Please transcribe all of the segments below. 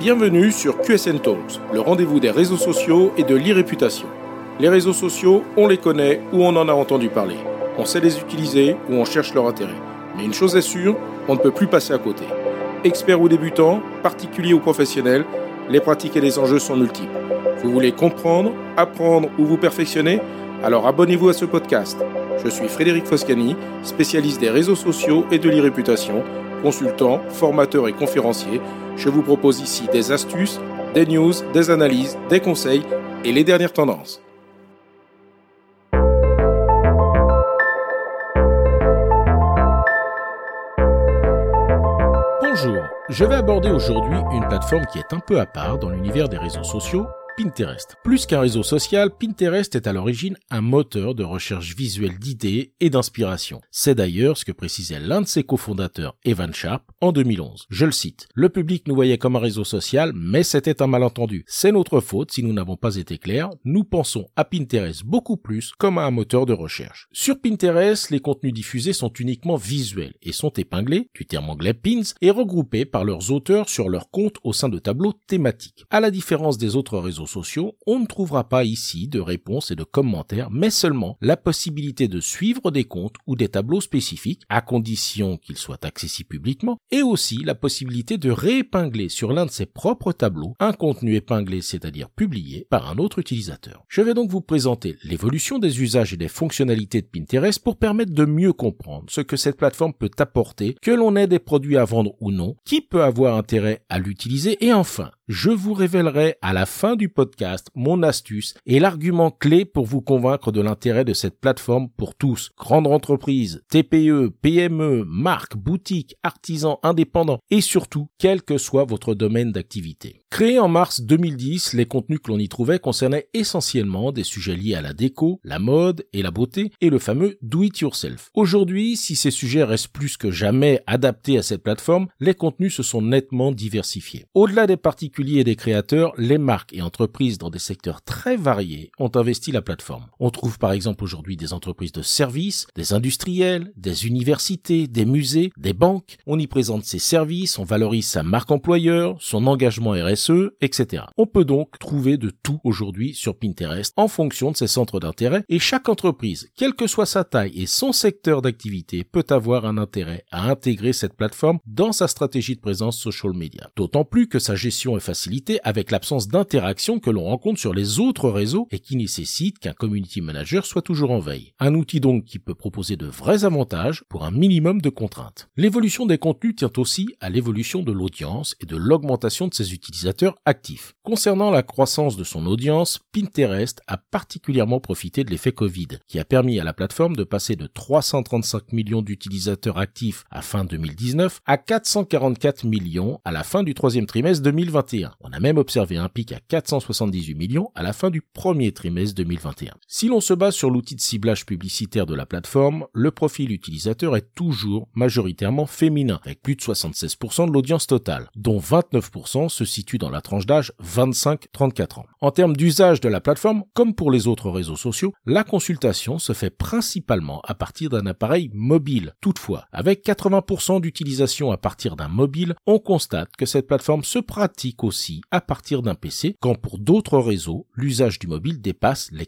Bienvenue sur QSN Talks, le rendez-vous des réseaux sociaux et de l'e-réputation. Les réseaux sociaux, on les connaît ou on en a entendu parler. On sait les utiliser ou on cherche leur intérêt. Mais une chose est sûre, on ne peut plus passer à côté. Experts ou débutants, particuliers ou professionnels, les pratiques et les enjeux sont multiples. Vous voulez comprendre, apprendre ou vous perfectionner ? Alors abonnez-vous à ce podcast. Je suis Frédéric Foscani, spécialiste des réseaux sociaux et de l'e-réputation, consultant, formateur et conférencier. Je vous propose ici des astuces, des news, des analyses, des conseils et les dernières tendances. Bonjour, je vais aborder aujourd'hui une plateforme qui est un peu à part dans l'univers des réseaux sociaux, Pinterest. Plus qu'un réseau social, Pinterest est à l'origine un moteur de recherche visuelle d'idées et d'inspiration. C'est d'ailleurs ce que précisait l'un de ses cofondateurs, Evan Sharp, en 2011. Je le cite, « Le public nous voyait comme un réseau social, mais c'était un malentendu. C'est notre faute si nous n'avons pas été clairs. Nous pensons à Pinterest beaucoup plus comme à un moteur de recherche. » Sur Pinterest, les contenus diffusés sont uniquement visuels et sont épinglés, du terme anglais pins, et regroupés par leurs auteurs sur leur compte au sein de tableaux thématiques. À la différence des autres réseaux sociaux, on ne trouvera pas ici de réponses et de commentaires, mais seulement la possibilité de suivre des comptes ou des tableaux spécifiques, à condition qu'ils soient accessibles publiquement, et aussi la possibilité de réépingler sur l'un de ses propres tableaux un contenu épinglé, c'est-à-dire publié, par un autre utilisateur. Je vais donc vous présenter l'évolution des usages et des fonctionnalités de Pinterest pour permettre de mieux comprendre ce que cette plateforme peut apporter, que l'on ait des produits à vendre ou non, qui peut avoir intérêt à l'utiliser, et enfin, je vous révélerai à la fin du podcast mon astuce et l'argument clé pour vous convaincre de l'intérêt de cette plateforme pour tous, grandes entreprises, TPE, PME, marques, boutiques, artisans, indépendants et surtout, quel que soit votre domaine d'activité. Créé en mars 2010, les contenus que l'on y trouvait concernaient essentiellement des sujets liés à la déco, la mode et la beauté et le fameux do-it-yourself. Aujourd'hui, si ces sujets restent plus que jamais adaptés à cette plateforme, les contenus se sont nettement diversifiés. Au-delà des particuliers et des créateurs, les marques et entreprises dans des secteurs très variés ont investi la plateforme. On trouve par exemple aujourd'hui des entreprises de services, des industriels, des universités, des musées, des banques. On y présente ses services, on valorise sa marque employeur, son engagement RSE, etc. On peut donc trouver de tout aujourd'hui sur Pinterest en fonction de ses centres d'intérêt et chaque entreprise, quelle que soit sa taille et son secteur d'activité, peut avoir un intérêt à intégrer cette plateforme dans sa stratégie de présence social media. D'autant plus que sa gestion est facilitée avec l'absence d'interaction que l'on rencontre sur les autres réseaux et qui nécessite qu'un community manager soit toujours en veille. Un outil donc qui peut proposer de vrais avantages pour un minimum de contraintes. L'évolution des contenus tient aussi à l'évolution de l'audience et de l'augmentation de ses utilisateurs actifs. Concernant la croissance de son audience, Pinterest a particulièrement profité de l'effet Covid, qui a permis à la plateforme de passer de 335 millions d'utilisateurs actifs à fin 2019 à 444 millions à la fin du troisième trimestre 2021. On a même observé un pic à 478 millions à la fin du premier trimestre 2021. Si l'on se base sur l'outil de ciblage publicitaire de la plateforme, le profil utilisateur est toujours majoritairement féminin, avec plus de 76% de l'audience totale, dont 29% se situe dans la tranche d'âge 25-34 ans. En termes d'usage de la plateforme, comme pour les autres réseaux sociaux, la consultation se fait principalement à partir d'un appareil mobile. Toutefois, avec 80% d'utilisation à partir d'un mobile, on constate que cette plateforme se pratique aussi à partir d'un PC, quand pour d'autres réseaux, l'usage du mobile dépasse les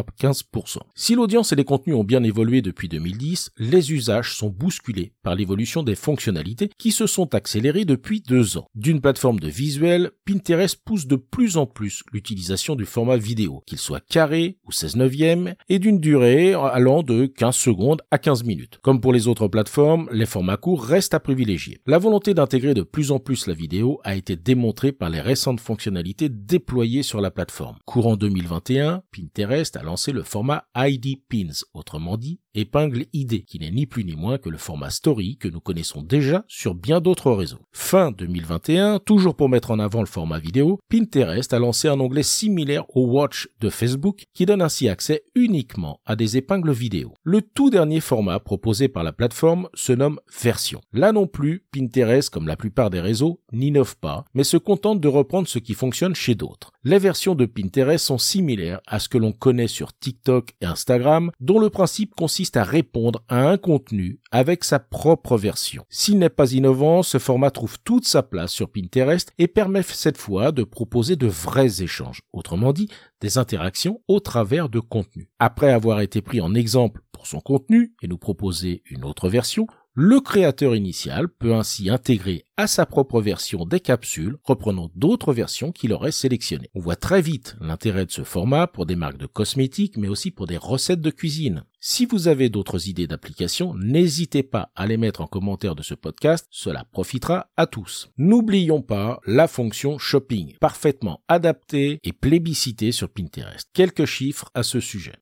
95%. Si l'audience et les contenus ont bien évolué depuis 2010, les usages sont bousculés par l'évolution des fonctionnalités qui se sont accélérées depuis 2 ans. D'une plateforme de visuel, Pinterest pousse de plus en plus l'utilisation du format vidéo, qu'il soit carré ou 16/9, et d'une durée allant de 15 secondes à 15 minutes. Comme pour les autres plateformes, les formats courts restent à privilégier. La volonté d'intégrer de plus en plus la vidéo a été démontrée par les récentes fonctionnalités déployées sur la plateforme. Courant 2021, Pinterest a lancé le format ID Pins, autrement dit épingle ID, qui n'est ni plus ni moins que le format Story que nous connaissons déjà sur bien d'autres réseaux. Fin 2021, toujours pour mettre en avant le format vidéo, Pinterest a lancé un onglet similaire au Watch de Facebook qui donne ainsi accès uniquement à des épingles vidéo. Le tout dernier format proposé par la plateforme se nomme Version. Là non plus, Pinterest, comme la plupart des réseaux, n'innove pas, mais se contente de reprendre ce qui fonctionne chez d'autres. Les versions de Pinterest sont similaires à ce que l'on connaît sur TikTok et Instagram, dont le principe consiste consiste à répondre à un contenu avec sa propre version. S'il n'est pas innovant, ce format trouve toute sa place sur Pinterest et permet cette fois de proposer de vrais échanges, autrement dit, des interactions au travers de contenus. Après avoir été pris en exemple pour son contenu et nous proposer une autre version, le créateur initial peut ainsi intégrer à sa propre version des capsules reprenant d'autres versions qu'il aurait sélectionnées. On voit très vite l'intérêt de ce format pour des marques de cosmétiques mais aussi pour des recettes de cuisine. Si vous avez d'autres idées d'application, n'hésitez pas à les mettre en commentaire de ce podcast, cela profitera à tous. N'oublions pas la fonction shopping, parfaitement adaptée et plébiscitée sur Pinterest. Quelques chiffres à ce sujet.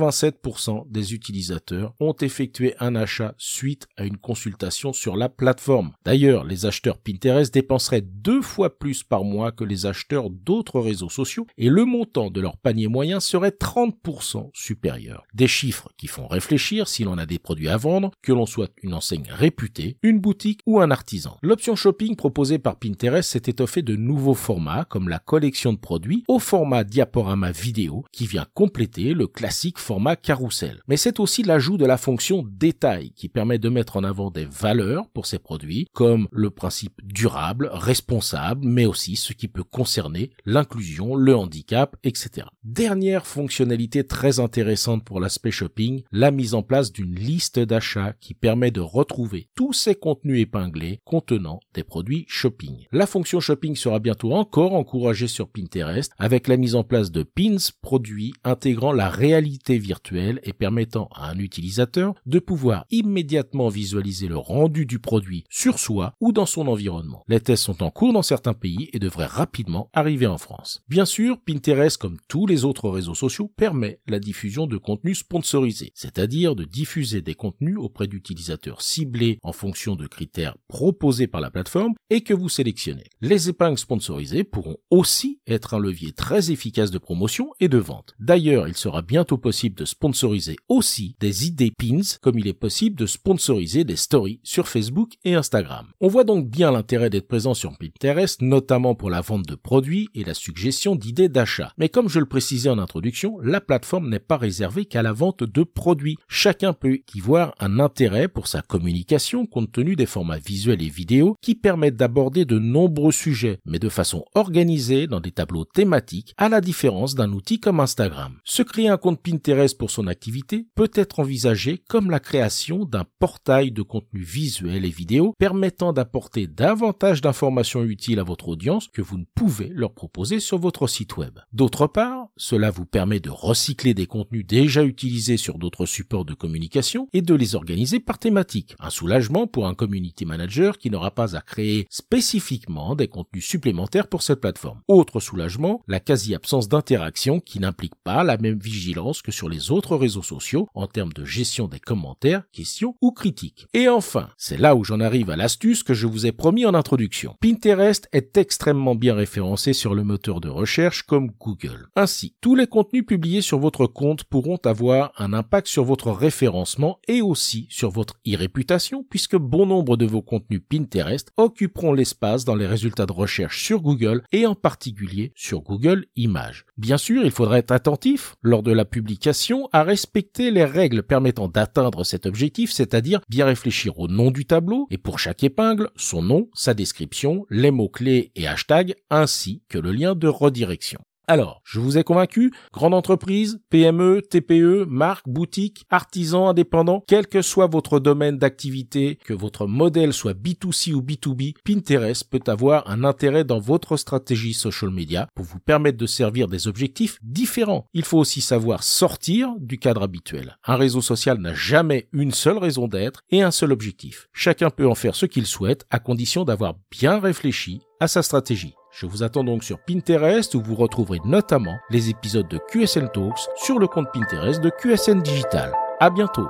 87% des utilisateurs ont effectué un achat suite à une consultation sur la plateforme. D'ailleurs, les acheteurs Pinterest dépenseraient 2 fois plus par mois que les acheteurs d'autres réseaux sociaux et le montant de leur panier moyen serait 30% supérieur. Des chiffres qui font réfléchir si l'on a des produits à vendre, que l'on soit une enseigne réputée, une boutique ou un artisan. L'option shopping proposée par Pinterest s'est étoffée de nouveaux formats comme la collection de produits au format diaporama vidéo qui vient compléter le classique format carrousel. Mais c'est aussi l'ajout de la fonction détail qui permet de mettre en avant des valeurs pour ces produits comme le principe durable, responsable, mais aussi ce qui peut concerner l'inclusion, le handicap, etc. Dernière fonctionnalité très intéressante pour l'aspect shopping, la mise en place d'une liste d'achats qui permet de retrouver tous ces contenus épinglés contenant des produits shopping. La fonction shopping sera bientôt encore encouragée sur Pinterest avec la mise en place de pins produits intégrant la réalité virtuelle et permettant à un utilisateur de pouvoir immédiatement visualiser le rendu du produit sur soi ou dans son environnement. Les tests sont en cours dans certains pays et devraient rapidement arriver en France. Bien sûr, Pinterest, comme tous les autres réseaux sociaux, permet la diffusion de contenus sponsorisés, c'est-à-dire de diffuser des contenus auprès d'utilisateurs ciblés en fonction de critères proposés par la plateforme et que vous sélectionnez. Les épingles sponsorisées pourront aussi être un levier très efficace de promotion et de vente. D'ailleurs, il sera bientôt possible de sponsoriser aussi des idées pins, comme il est possible de sponsoriser des stories sur Facebook et Instagram. On voit donc bien l'intérêt d'être présent sur Pinterest, notamment pour la vente de produits et la suggestion d'idées d'achat. Mais comme je le précisais en introduction, la plateforme n'est pas réservée qu'à la vente de produits. Chacun peut y voir un intérêt pour sa communication compte tenu des formats visuels et vidéos qui permettent d'aborder de nombreux sujets, mais de façon organisée dans des tableaux thématiques, à la différence d'un outil comme Instagram. Se créer un compte Pinterest pour son activité peut être envisagé comme la création d'un portail de contenu visuel et vidéo permettant d'apporter davantage d'informations utiles à votre audience que vous ne pouvez leur proposer sur votre site web. D'autre part, cela vous permet de recycler des contenus déjà utilisés sur d'autres supports de communication et de les organiser par thématique. Un soulagement pour un community manager qui n'aura pas à créer spécifiquement des contenus supplémentaires pour cette plateforme. Autre soulagement, la quasi-absence d'interaction qui n'implique pas la même vigilance que sur les autres réseaux sociaux en termes de gestion des commentaires, questions ou critiques. Et enfin, c'est là où j'en arrive à l'astuce que je vous ai promis en introduction. Pinterest est extrêmement bien référencé sur le moteur de recherche comme Google. Ainsi, tous les contenus publiés sur votre compte pourront avoir un impact sur votre référencement et aussi sur votre e-réputation puisque bon nombre de vos contenus Pinterest occuperont l'espace dans les résultats de recherche sur Google et en particulier sur Google Images. Bien sûr, il faudra être attentif lors de la publication à respecter les règles permettant d'atteindre cet objectif, c'est-à-dire bien réfléchir au nom du tableau et pour chaque épingle, son nom, sa description, les mots-clés et hashtags ainsi que le lien de redirection. Alors, je vous ai convaincu, grande entreprise, PME, TPE, marque, boutique, artisan, indépendant, quel que soit votre domaine d'activité, que votre modèle soit B2C ou B2B, Pinterest peut avoir un intérêt dans votre stratégie social media pour vous permettre de servir des objectifs différents. Il faut aussi savoir sortir du cadre habituel. Un réseau social n'a jamais une seule raison d'être et un seul objectif. Chacun peut en faire ce qu'il souhaite à condition d'avoir bien réfléchi à sa stratégie. Je vous attends donc sur Pinterest où vous retrouverez notamment les épisodes de QSN Talks sur le compte Pinterest de QSN Digital. À bientôt.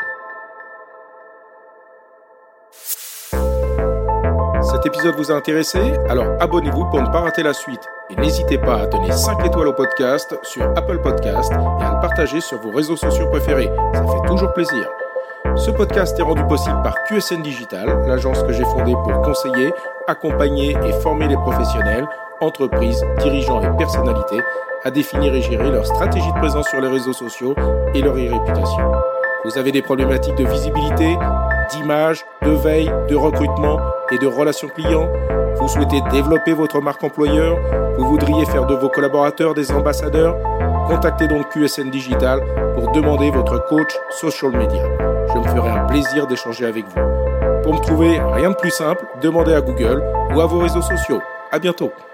Cet épisode vous a intéressé? Alors abonnez-vous pour ne pas rater la suite. Et n'hésitez pas à donner 5 étoiles au podcast sur Apple Podcast et à le partager sur vos réseaux sociaux préférés. Ça fait toujours plaisir. Ce podcast est rendu possible par QSN Digital, l'agence que j'ai fondée pour conseiller, accompagner et former les professionnels, entreprises, dirigeants et personnalités à définir et gérer leur stratégie de présence sur les réseaux sociaux et leur e-réputation. Vous avez des problématiques de visibilité, d'image, de veille, de recrutement et de relations clients? Vous souhaitez développer votre marque employeur? Vous voudriez faire de vos collaborateurs des ambassadeurs? Contactez donc QSN Digital pour demander votre coach social media. Je me ferai un plaisir d'échanger avec vous. Pour me trouver, rien de plus simple, demandez à Google ou à vos réseaux sociaux. À bientôt.